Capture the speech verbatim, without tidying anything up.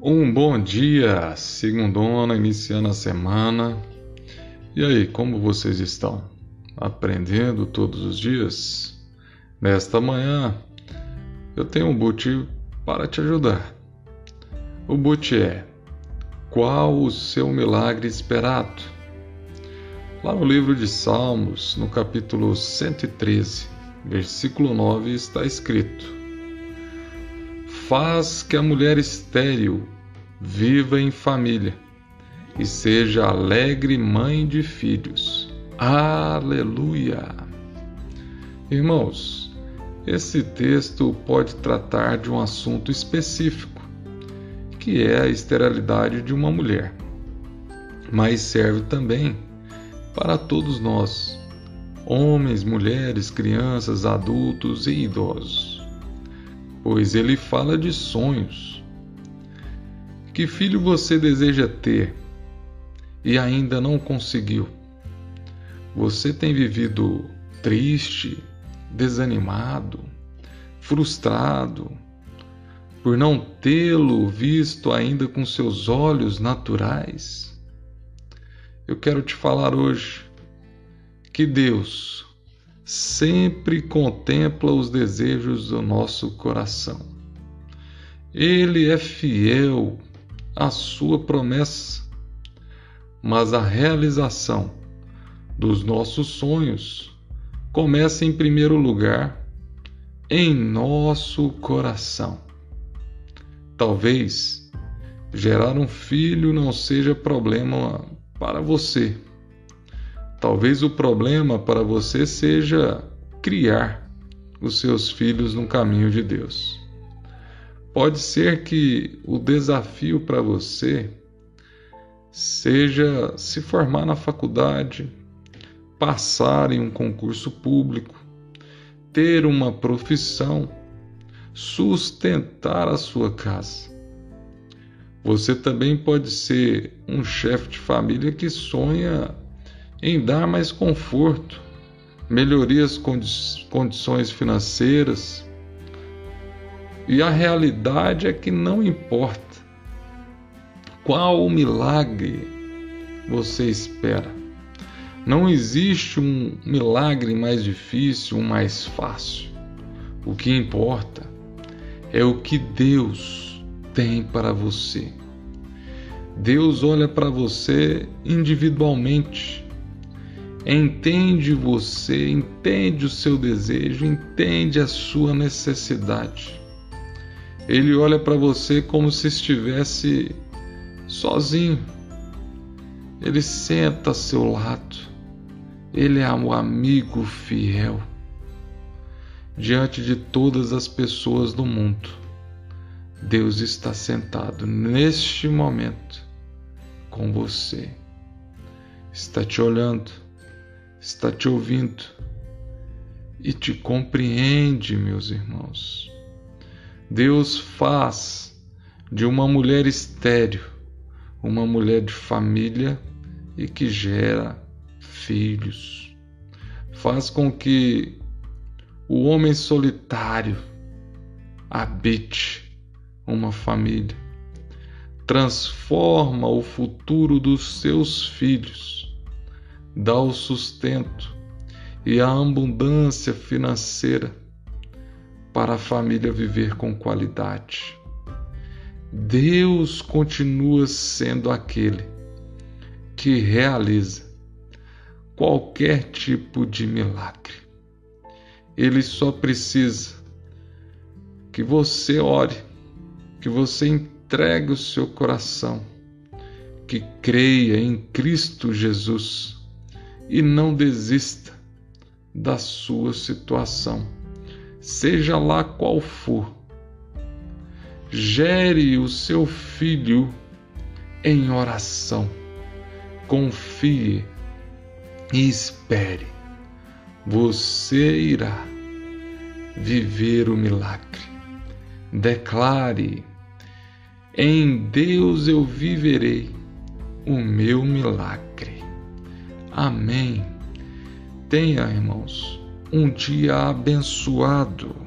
Um bom dia, segundona, iniciando a semana. E aí, como vocês estão? Aprendendo todos os dias? Nesta manhã, eu tenho um boot para te ajudar. O boot é: qual o seu milagre esperado? Lá no livro de Salmos, no capítulo cento e treze, versículo nove, está escrito: faz que a mulher estéril viva em família e seja alegre mãe de filhos. Aleluia! Irmãos, esse texto pode tratar de um assunto específico, que é a esterilidade de uma mulher, mas serve também para todos nós, homens, mulheres, crianças, adultos e idosos, pois ele fala de sonhos. Que filho você deseja ter e ainda não conseguiu? Você tem vivido triste, desanimado, frustrado, por não tê-lo visto ainda com seus olhos naturais? Eu quero te falar hoje que Deus sempre contempla os desejos do nosso coração. Ele é fiel à sua promessa, mas a realização dos nossos sonhos começa em primeiro lugar em nosso coração. Talvez gerar um filho não seja problema para você. Talvez o problema para você seja criar os seus filhos no caminho de Deus. Pode ser que o desafio para você seja se formar na faculdade, passar em um concurso público, ter uma profissão, sustentar a sua casa. Você também pode ser um chefe de família que sonha em dar mais conforto, melhorias condi- condições financeiras. E a realidade é que não importa qual milagre você espera. Não existe um milagre mais difícil, um mais fácil. O que importa é o que Deus tem para você. Deus olha para você individualmente, entende você, entende o seu desejo, entende a sua necessidade. Ele olha para você como se estivesse sozinho. Ele senta ao seu lado. Ele é um amigo fiel. Diante de todas as pessoas do mundo, Deus está sentado neste momento com você. Está te olhando, está te ouvindo e te compreende, meus irmãos. Deus faz de uma mulher estéril uma mulher de família e que gera filhos. Faz com que o homem solitário habite uma família. Transforma o futuro dos seus filhos. Dá o sustento e a abundância financeira para a família viver com qualidade. Deus continua sendo aquele que realiza qualquer tipo de milagre. Ele só precisa que você ore, que você entregue o seu coração, que creia em Cristo Jesus e não desista da sua situação, seja lá qual for. Gere o seu filho em oração. Confie e espere. Você irá viver o milagre. Declare: em Deus eu viverei o meu milagre. Amém. Tenha, irmãos, um dia abençoado.